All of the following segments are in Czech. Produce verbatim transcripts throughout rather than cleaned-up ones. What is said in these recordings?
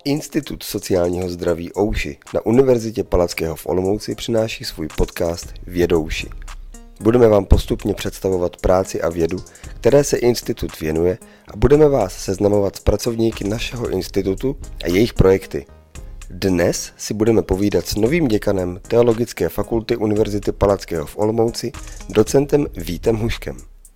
Institut sociálního zdraví Ouši na Univerzitě Palackého v Olomouci přináší svůj podcast Vědouši. Budeme vám postupně představovat práci a vědu, které se institut věnuje, a budeme vás seznamovat s pracovníky našeho institutu a jejich projekty. Dnes si budeme povídat s novým děkanem Teologické fakulty Univerzity Palackého v Olomouci, docentem Vítem Huškem.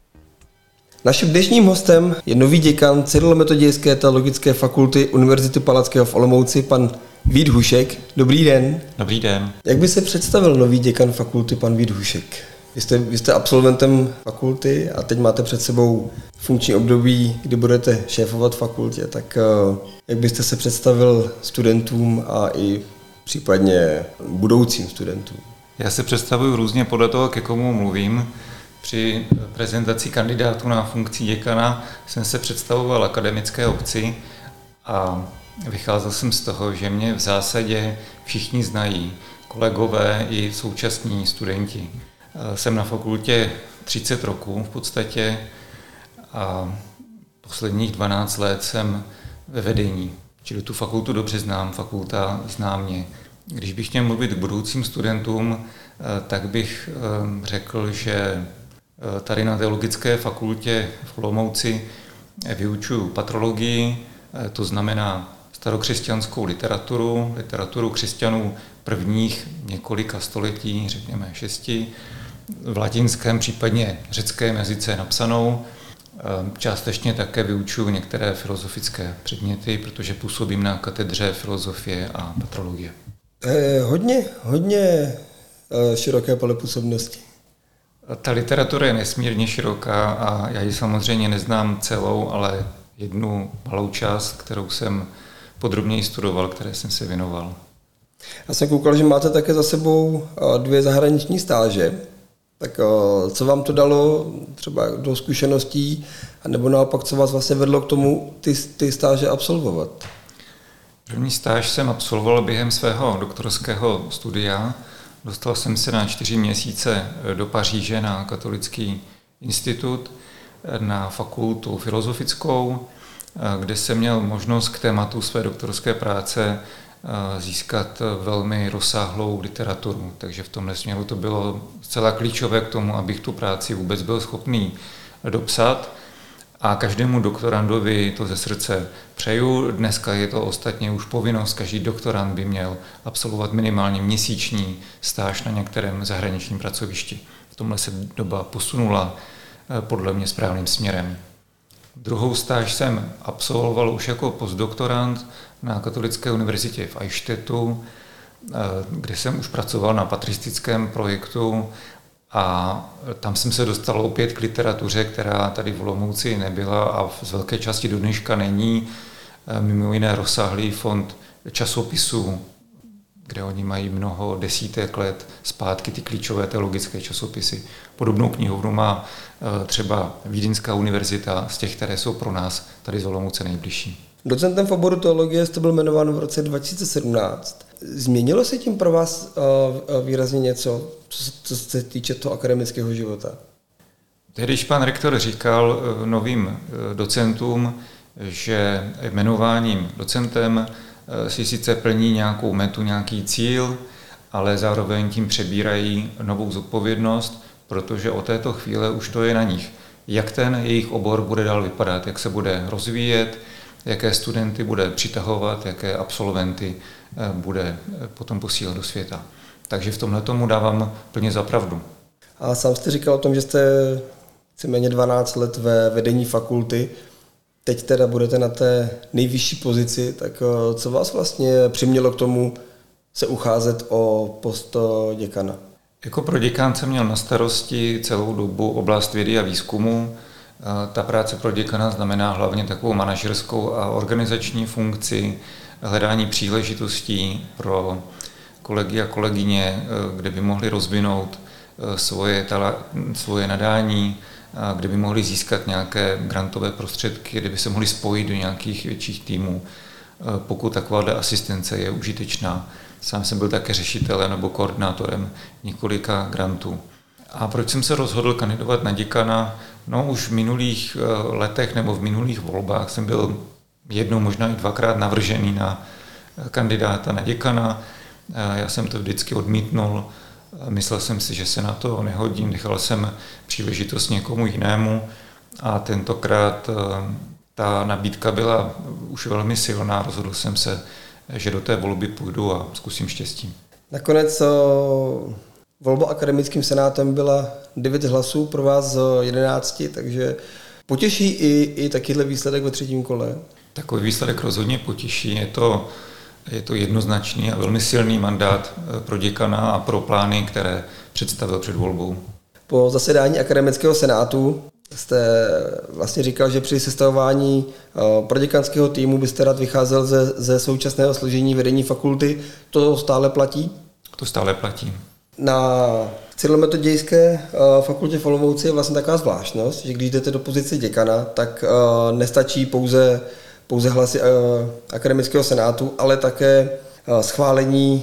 Naším dnešním hostem je nový děkan Cyrilometodějské teologické fakulty Univerzity Palackého v Olomouci, pan Vít Hušek. Dobrý den. Dobrý den. Jak by se představil nový děkan fakulty, pan Vít Hušek? Vy jste, vy jste absolventem fakulty a teď máte před sebou funkční období, kdy budete šéfovat fakultě, tak jak byste se představil studentům a i případně budoucím studentům? Já se představuji různě podle toho, ke komu mluvím. Při prezentaci kandidátů na funkci děkana jsem se představoval akademické obci a vycházel jsem z toho, že mě v zásadě všichni znají, kolegové i současní studenti. Jsem na fakultě třicet roků v podstatě a posledních dvanáct let jsem ve vedení, čili tu fakultu dobře znám, fakulta zná mě. Když bych chtěl mluvit k budoucím studentům, tak bych řekl, že tady na Teologické fakultě v Olomouci vyučuju patrologii, to znamená starokřesťanskou literaturu, literaturu křesťanů prvních několika století, řekněme šesti, v latinském, případně řeckém jazyce napsanou. Částečně také vyučuju některé filozofické předměty, protože působím na katedře filozofie a patrologie. Eh, hodně, hodně široké pole působnosti. Ta literatura je nesmírně široká a já ji samozřejmě neznám celou, ale jednu malou část, kterou jsem podrobněji studoval, které jsem se věnoval. Já jsem koukal, že máte také za sebou dvě zahraniční stáže. Tak co vám to dalo třeba do zkušeností, nebo naopak, co vás vlastně vedlo k tomu ty, ty stáže absolvovat? První stáž jsem absolvoval během svého doktorského studia. Dostal jsem se na čtyři měsíce do Paříže na Katolický institut, na fakultu filozofickou, kde jsem měl možnost k tématu své doktorské práce získat velmi rozsáhlou literaturu. Takže v tomhle směru to bylo zcela klíčové k tomu, abych tu práci vůbec byl schopný dopsat. A každému doktorandovi to ze srdce přeju. Dneska je to ostatně už povinnost. Každý doktorand by měl absolvovat minimálně měsíční stáž na některém zahraničním pracovišti. V tomhle se doba posunula podle mě správným směrem. Druhou stáž jsem absolvoval už jako postdoktorand na Katolické univerzitě v Eichstättu, kde jsem už pracoval na patristickém projektu a tam jsem se dostal opět k literatuře, která tady v Olomouci nebyla a z velké části do dneška není. Mimo jiné rozsáhlý fond časopisů, kde oni mají mnoho desítek let zpátky ty klíčové teologické časopisy. Podobnou knihovnu má třeba Vídeňská univerzita z těch, které jsou pro nás tady z Olomouce nejbližší. Docentem v oboru teologie jste byl jmenován v roce dva tisíce sedmnáct. Změnilo se tím pro vás výrazně něco, co se týče toho akademického života? Když pan rektor říkal novým docentům, že jmenováním docentem si sice plní nějakou metu, nějaký cíl, ale zároveň tím přebírají novou zodpovědnost, protože od této chvíle už to je na nich. Jak ten jejich obor bude dál vypadat, jak se bude rozvíjet, jaké studenty bude přitahovat, jaké absolventy bude potom posílat do světa. Takže v tomhle tomu dávám plně za pravdu. A sám jste říkal o tom, že jste víceméně dvanáct let ve vedení fakulty. Teď teda budete na té nejvyšší pozici, tak co vás vlastně přimělo k tomu se ucházet o post děkana? Jako proděkán jsem měl na starosti celou dobu oblast vědy a výzkumu. Ta práce pro děkana znamená hlavně takovou manažerskou a organizační funkci, hledání příležitostí pro kolegy a kolegyně, kde by mohli rozvinout svoje, tala, svoje nadání, kde by mohli získat nějaké grantové prostředky, kde by se mohli spojit do nějakých větších týmů, pokud takováhle asistence je užitečná. Sám jsem byl také řešitelem nebo koordinátorem několika grantů. A proč jsem se rozhodl kandidovat na děkana? No už v minulých letech nebo v minulých volbách jsem byl jednou, možná i dvakrát navržený na kandidáta na děkana. Já jsem to vždycky odmítnul. Myslel jsem si, že se na to nehodím, nechal jsem příležitost někomu jinému a tentokrát ta nabídka byla už velmi silná. Rozhodl jsem se, že do té volby půjdu a zkusím štěstí. Nakonec volba akademickým senátem byla devět hlasů pro vás z jedenácti, takže potěší i, i takovýhle výsledek ve třetím kole? Takový výsledek rozhodně potěší. Je to, je to jednoznačný a velmi silný mandát pro děkana a pro plány, které představil před volbou. Po zasedání akademického senátu jste vlastně říkal, že při sestavování proděkanského týmu byste rád vycházel ze, ze současného složení vedení fakulty. To stále platí? To stále platí. Na cyrilometodějské fakultě v Olomouci je vlastně taková zvláštnost, že když jdete do pozice děkana, tak nestačí pouze, pouze hlasy akademického senátu, ale také schválení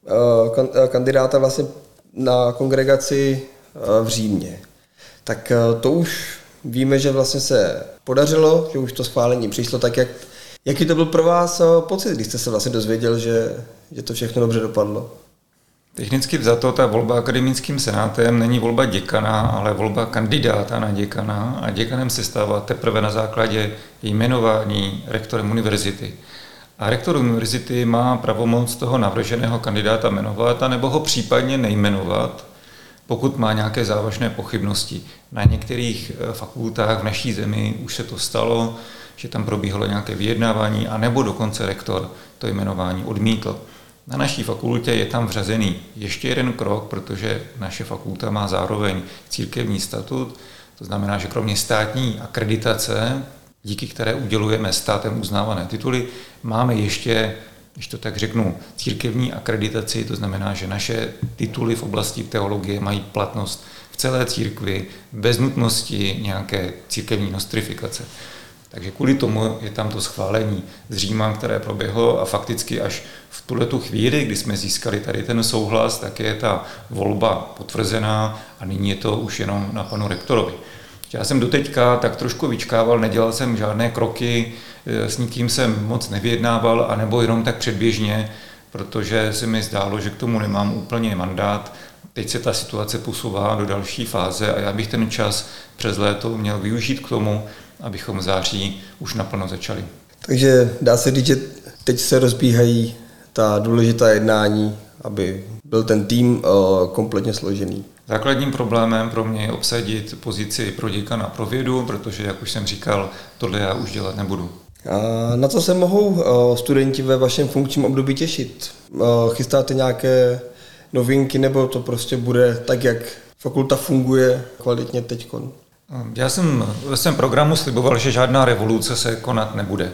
kandidáta vlastně na kongregaci v Římě. Tak to už víme, že vlastně se podařilo, že už to schválení přišlo. Tak jak, jaký to byl pro vás pocit, když jste se vlastně dozvěděl, že, že to všechno dobře dopadlo? Technicky vzato ta volba akademickým senátem není volba děkana, ale volba kandidáta na děkana a děkanem se stává teprve na základě jmenování rektorem univerzity. A rektor univerzity má pravomoc toho navrženého kandidáta jmenovat, anebo ho případně nejmenovat, pokud má nějaké závažné pochybnosti. Na některých fakultách v naší zemi už se to stalo, že tam probíhalo nějaké vyjednávání, anebo dokonce rektor to jmenování odmítl. Na naší fakultě je tam vřazený ještě jeden krok, protože naše fakulta má zároveň církevní statut, to znamená, že kromě státní akreditace, díky které udělujeme státem uznávané tituly, máme ještě, když to tak řeknu, církevní akreditaci, to znamená, že naše tituly v oblasti teologie mají platnost v celé církvi bez nutnosti nějaké církevní nostrifikace. Takže kvůli tomu je tam to schválení z Říma, které proběhlo a fakticky až v tuhletu chvíli, kdy jsme získali tady ten souhlas, tak je ta volba potvrzená a nyní je to už jenom na panu rektorovi. Já jsem doteďka tak trošku vyčkával, nedělal jsem žádné kroky, s nikým jsem moc nevyjednával, anebo jenom tak předběžně, protože se mi zdálo, že k tomu nemám úplně mandát. Teď se ta situace posouvá do další fáze a já bych ten čas přes léto měl využít k tomu, abychom v září už naplno začali. Takže dá se říct, že teď se rozbíhají ta důležitá jednání, aby byl ten tým uh, kompletně složený. Základním problémem pro mě je obsadit pozici pro děkana pro vědu, protože, jak už jsem říkal, tohle já už dělat nebudu. A na co se mohou uh, studenti ve vašem funkčním období těšit? Uh, chystáte nějaké novinky, nebo to prostě bude tak, jak fakulta funguje kvalitně teďkon? Já jsem ve svém programu sliboval, že žádná revoluce se konat nebude.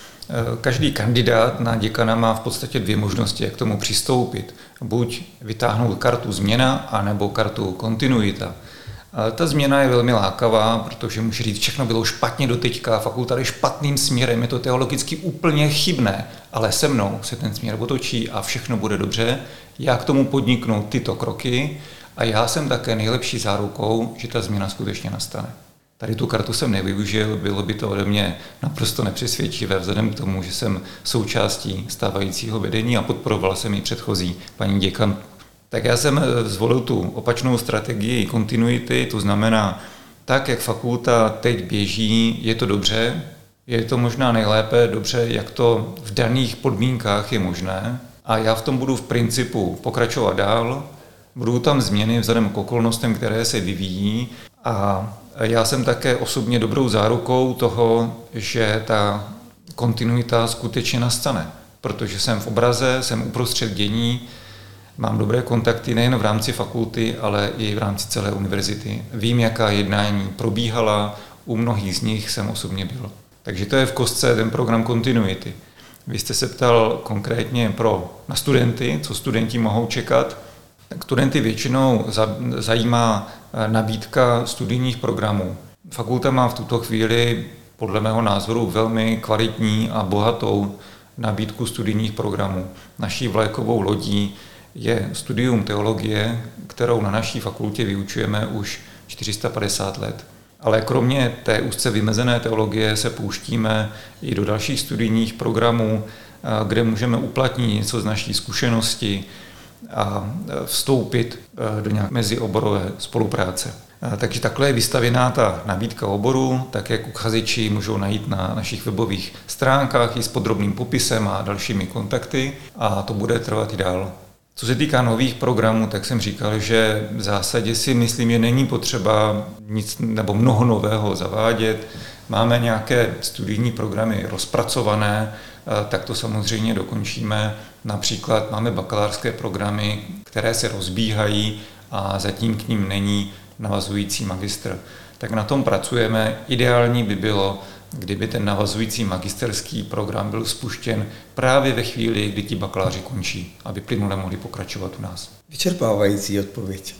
Každý kandidát na děkana má v podstatě dvě možnosti, jak k tomu přistoupit. Buď vytáhnout kartu změna, anebo kartu kontinuita. Ta změna je velmi lákavá, protože může říct, všechno bylo špatně doteďka, fakulta jde špatným směrem, je to teologicky úplně chybné, ale se mnou se ten směr otočí a všechno bude dobře. Já k tomu podniknu tyto kroky a já jsem také nejlepší zárukou, že ta změna skutečně nastane. Tady tu kartu jsem nevyužil, bylo by to ode mě naprosto nepřesvědčivé vzhledem k tomu, že jsem součástí stávajícího vedení a podporoval jsem ji předchozí paní děkan. Tak já jsem zvolil tu opačnou strategii kontinuity, to znamená, tak, jak fakulta teď běží, je to dobře, je to možná nejlépe dobře, jak to v daných podmínkách je možné a já v tom budu v principu pokračovat dál, budou tam změny vzhledem k okolnostem, které se vyvíjí a já jsem také osobně dobrou zárukou toho, že ta kontinuita skutečně nastane, protože jsem v obraze, jsem uprostřed dění, mám dobré kontakty nejen v rámci fakulty, ale i v rámci celé univerzity. Vím, jaká jednání probíhala, u mnohých z nich jsem osobně byl. Takže to je v kostce ten program kontinuity. Vy jste se ptal konkrétně pro, na studenty, co studenti mohou čekat. Tak studenty většinou zajímá nabídka studijních programů. Fakulta má v tuto chvíli podle mého názoru velmi kvalitní a bohatou nabídku studijních programů. Naší vlajkovou lodí je studium teologie, kterou na naší fakultě vyučujeme už čtyři sta padesát let. Ale kromě té úzce vymezené teologie se pouštíme i do dalších studijních programů, kde můžeme uplatnit něco z naší zkušenosti a vstoupit do nějaké mezioborové spolupráce. Takže takhle je vystavěná ta nabídka oboru, tak jak uchazeči můžou najít na našich webových stránkách i s podrobným popisem a dalšími kontakty a to bude trvat i dál. Co se týká nových programů, tak jsem říkal, že v zásadě si myslím, že není potřeba nic nebo mnoho nového zavádět. Máme nějaké studijní programy rozpracované, tak to samozřejmě dokončíme. Například máme bakalářské programy, které se rozbíhají a zatím k ním není navazující magistr. Tak na tom pracujeme. Ideální by bylo, kdyby ten navazující magisterský program byl spuštěn právě ve chvíli, kdy ti bakaláři končí, aby plynule mohli pokračovat u nás. Vyčerpávající odpověď.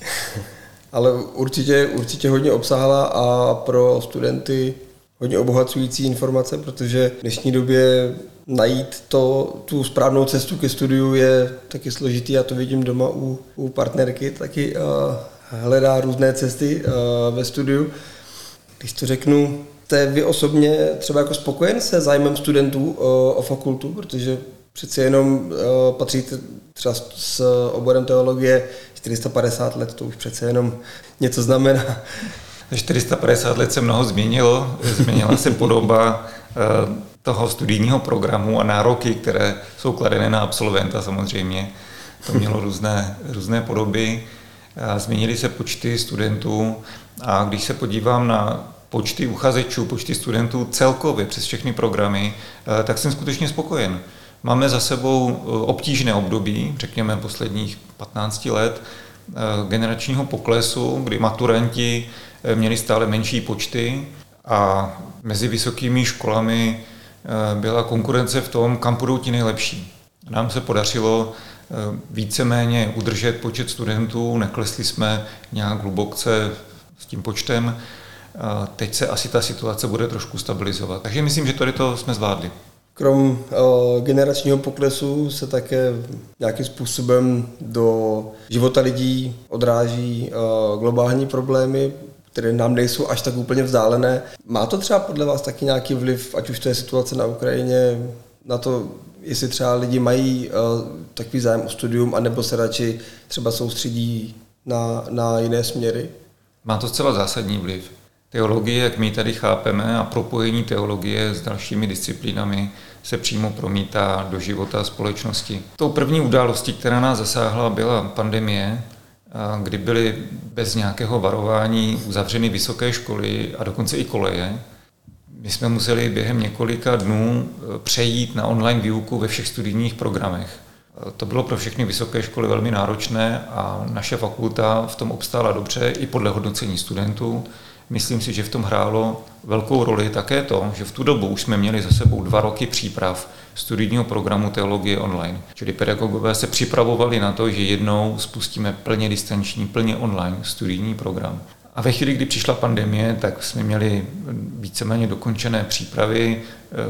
Ale určitě, určitě hodně obsáhlá a pro studenty hodně obohacující informace, protože v dnešní době najít to, tu správnou cestu ke studiu je taky složitý. Já to vidím doma u, u partnerky, taky uh, hledá různé cesty uh, ve studiu. Když to řeknu, jste vy osobně třeba jako spokojen se zájmem studentů uh, o fakultu, protože přeci jenom uh, patříte třeba s oborem teologie čtyři sta padesát let, to už přece jenom něco znamená. čtyři sta padesát let se mnoho změnilo, změnila se podoba uh, toho studijního programu a nároky, které jsou kladené na absolventa samozřejmě. To mělo různé, různé podoby. Změnily se počty studentů a když se podívám na počty uchazečů, počty studentů celkově přes všechny programy, tak jsem skutečně spokojen. Máme za sebou obtížné období, řekněme posledních patnáct let, generačního poklesu, kdy maturanti měli stále menší počty a mezi vysokými školami byla konkurence v tom, kam půjdou ti nejlepší. Nám se podařilo víceméně udržet počet studentů, neklesli jsme nějak hlubokce s tím počtem. Teď se asi ta situace bude trošku stabilizovat. Takže myslím, že tady to jsme zvládli. Krom o, generačního poklesu se také nějakým způsobem do života lidí odráží o, globální problémy, které nám nejsou až tak úplně vzdálené. Má to třeba podle vás taky nějaký vliv, ať už to je situace na Ukrajině, na to, jestli třeba lidi mají uh, takový zájem o studium, anebo se radši třeba soustředí na, na jiné směry? Má to zcela zásadní vliv. Teologie, jak my tady chápeme, a propojení teologie s dalšími disciplínami se přímo promítá do života společnosti. Tou první událostí, která nás zasáhla, byla pandemie, kdy byly bez nějakého varování uzavřeny vysoké školy a dokonce i koleje. My jsme museli během několika dnů přejít na online výuku ve všech studijních programech. To bylo pro všechny vysoké školy velmi náročné a naše fakulta v tom obstála dobře i podle hodnocení studentů. Myslím si, že v tom hrálo velkou roli také to, že v tu dobu už jsme měli za sebou dva roky příprav studijního programu teologie online. Čili pedagogové se připravovali na to, že jednou spustíme plně distanční, plně online studijní program. A ve chvíli, kdy přišla pandemie, tak jsme měli víceméně dokončené přípravy.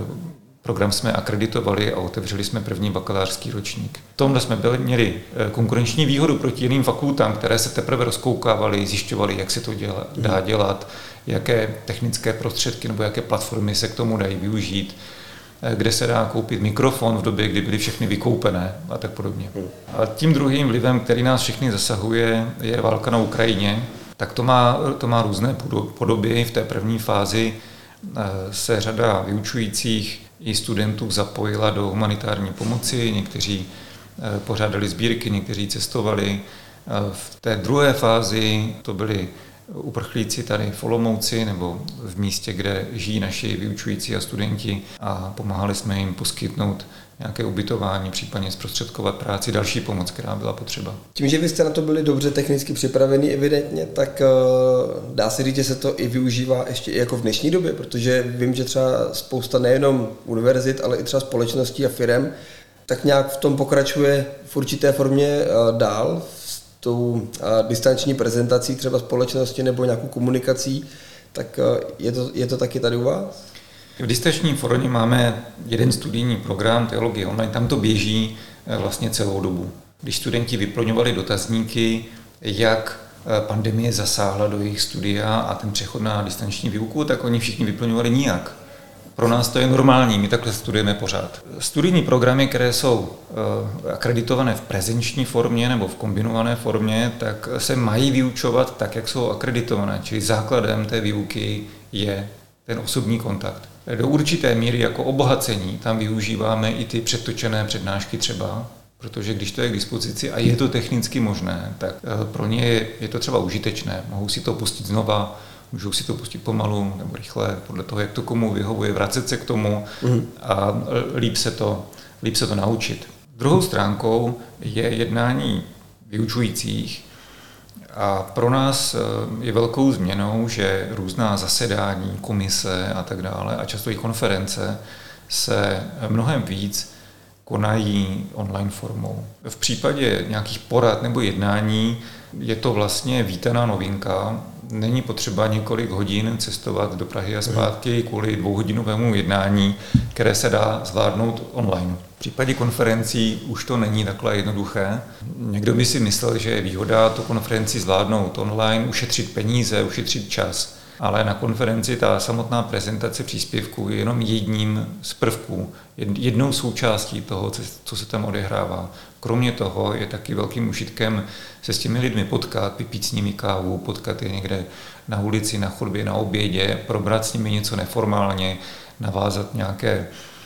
Program jsme akreditovali a otevřeli jsme první bakalářský ročník. V tomhle jsme byli, měli konkurenční výhodu proti jiným fakultám, které se teprve rozkoukávaly, zjišťovaly, jak se to děla, dá dělat, jaké technické prostředky nebo jaké platformy se k tomu dají využít, kde se dá koupit mikrofon v době, kdy byly všechny vykoupené a tak podobně. A tím druhým vlivem, který nás všechny zasahuje, je válka na Ukrajině. Tak to má, to má různé podoby. V té první fázi se řada vyučujících i studentů zapojila do humanitární pomoci, někteří pořádali sbírky, někteří cestovali. V té druhé fázi to byli uprchlíci tady v Olomouci nebo v místě, kde žijí naši vyučující a studenti a pomáhali jsme jim poskytnout nějaké ubytování, případně zprostředkovat práci, další pomoc, která byla potřeba. Tím, že vy jste na to byli dobře technicky připraveni evidentně, tak dá se říct, že se to i využívá ještě i jako v dnešní době, protože vím, že třeba spousta nejenom univerzit, ale i třeba společností a firem, tak nějak v tom pokračuje v určité formě dál s tou distanční prezentací třeba společnosti nebo nějakou komunikací, tak je to, je to taky tady u vás? V distanční formě máme jeden studijní program teologie online, tam to běží vlastně celou dobu. Když studenti vyplňovali dotazníky, jak pandemie zasáhla do jejich studia a ten přechod na distanční výuku, tak oni všichni vyplňovali nijak. Pro nás to je normální, my takhle studujeme pořád. Studijní programy, které jsou akreditované v prezenční formě nebo v kombinované formě, tak se mají vyučovat tak, jak jsou akreditované. Čili základem té výuky je ten osobní kontakt. Do určité míry jako obohacení tam využíváme i ty předtočené přednášky třeba, protože když to je k dispozici a je to technicky možné, tak pro ně je, je to třeba užitečné. Mohou si to pustit znova, můžou si to pustit pomalu nebo rychle, podle toho, jak to komu vyhovuje, vracet se k tomu a líp se to, líp se to naučit. Druhou stránkou je jednání vyučujících a pro nás je velkou změnou, že různá zasedání, komise a tak dále a často i konference se mnohem víc konají online formou. V případě nějakých porad nebo jednání je to vlastně vítaná novinka. Není potřeba několik hodin cestovat do Prahy a zpátky kvůli dvouhodinovému jednání, které se dá zvládnout online. V případě konferencí už to není takhle jednoduché. Někdo by si myslel, že je výhoda tu konferenci zvládnout online, ušetřit peníze, ušetřit čas. Ale na konferenci ta samotná prezentace příspěvku je jenom jedním z prvků, jednou součástí toho, co se tam odehrává. Kromě toho je taky velkým užitkem se s těmi lidmi potkat, vypít s nimi kávu, potkat je někde na ulici, na chodbě, na obědě, probrat s nimi něco neformálně, navázat nějaké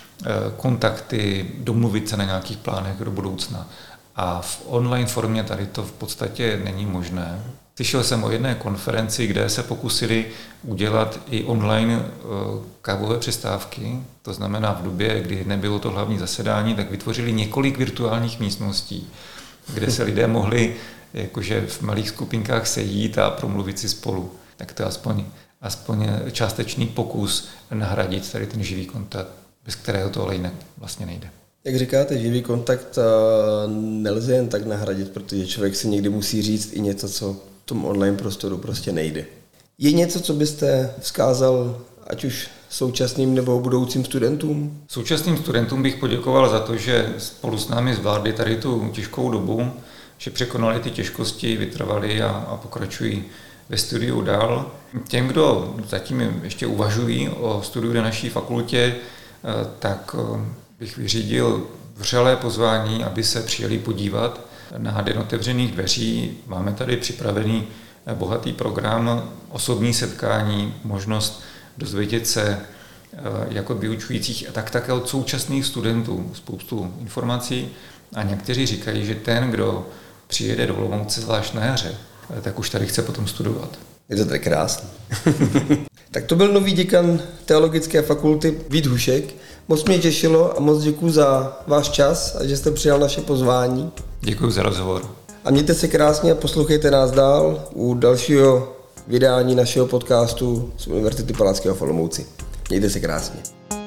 kontakty, domluvit se na nějakých plánech do budoucna. A v online formě tady to v podstatě není možné. Slyšel jsem o jedné konferenci, kde se pokusili udělat i online kávové přestávky. To znamená v době, kdy nebylo to hlavní zasedání, tak vytvořili několik virtuálních místností, kde se lidé mohli jakože v malých skupinkách sejít a promluvit si spolu. Tak to je aspoň, aspoň částečný pokus nahradit tady ten živý kontakt, bez kterého to ale jinak vlastně nejde. Jak říkáte, živý kontakt nelze jen tak nahradit, protože člověk si někdy musí říct i něco, co v tom online prostoru prostě nejde. Je něco, co byste vzkázal ať už současným nebo budoucím studentům? Současným studentům bych poděkoval za to, že spolu s námi zvládli tady tu těžkou dobu, že překonali ty těžkosti, vytrvali a, a pokračují ve studiu dál. Těm, kdo zatím ještě uvažují o studiu na naší fakultě, tak bych vyřídil vřelé pozvání, aby se přijeli podívat na Den otevřených dveří. Máme tady připravený bohatý program, osobní setkání, možnost dozvědět se jak od vyučujících, tak také od současných studentů spoustu informací. A někteří říkají, že ten, kdo přijede do Olomouce zvlášť na jaře, tak už tady chce potom studovat. Je to tak krásné. Tak to byl nový děkan Teologické fakulty Vít Hušek. Moc mě těšilo a moc děkuji za váš čas a že jste přijal naše pozvání. Děkuji za rozhovor. A mějte se krásně a poslouchejte nás dál u dalšího vydání našeho podcastu z Univerzity Palackého v Olomouci. Mějte se krásně.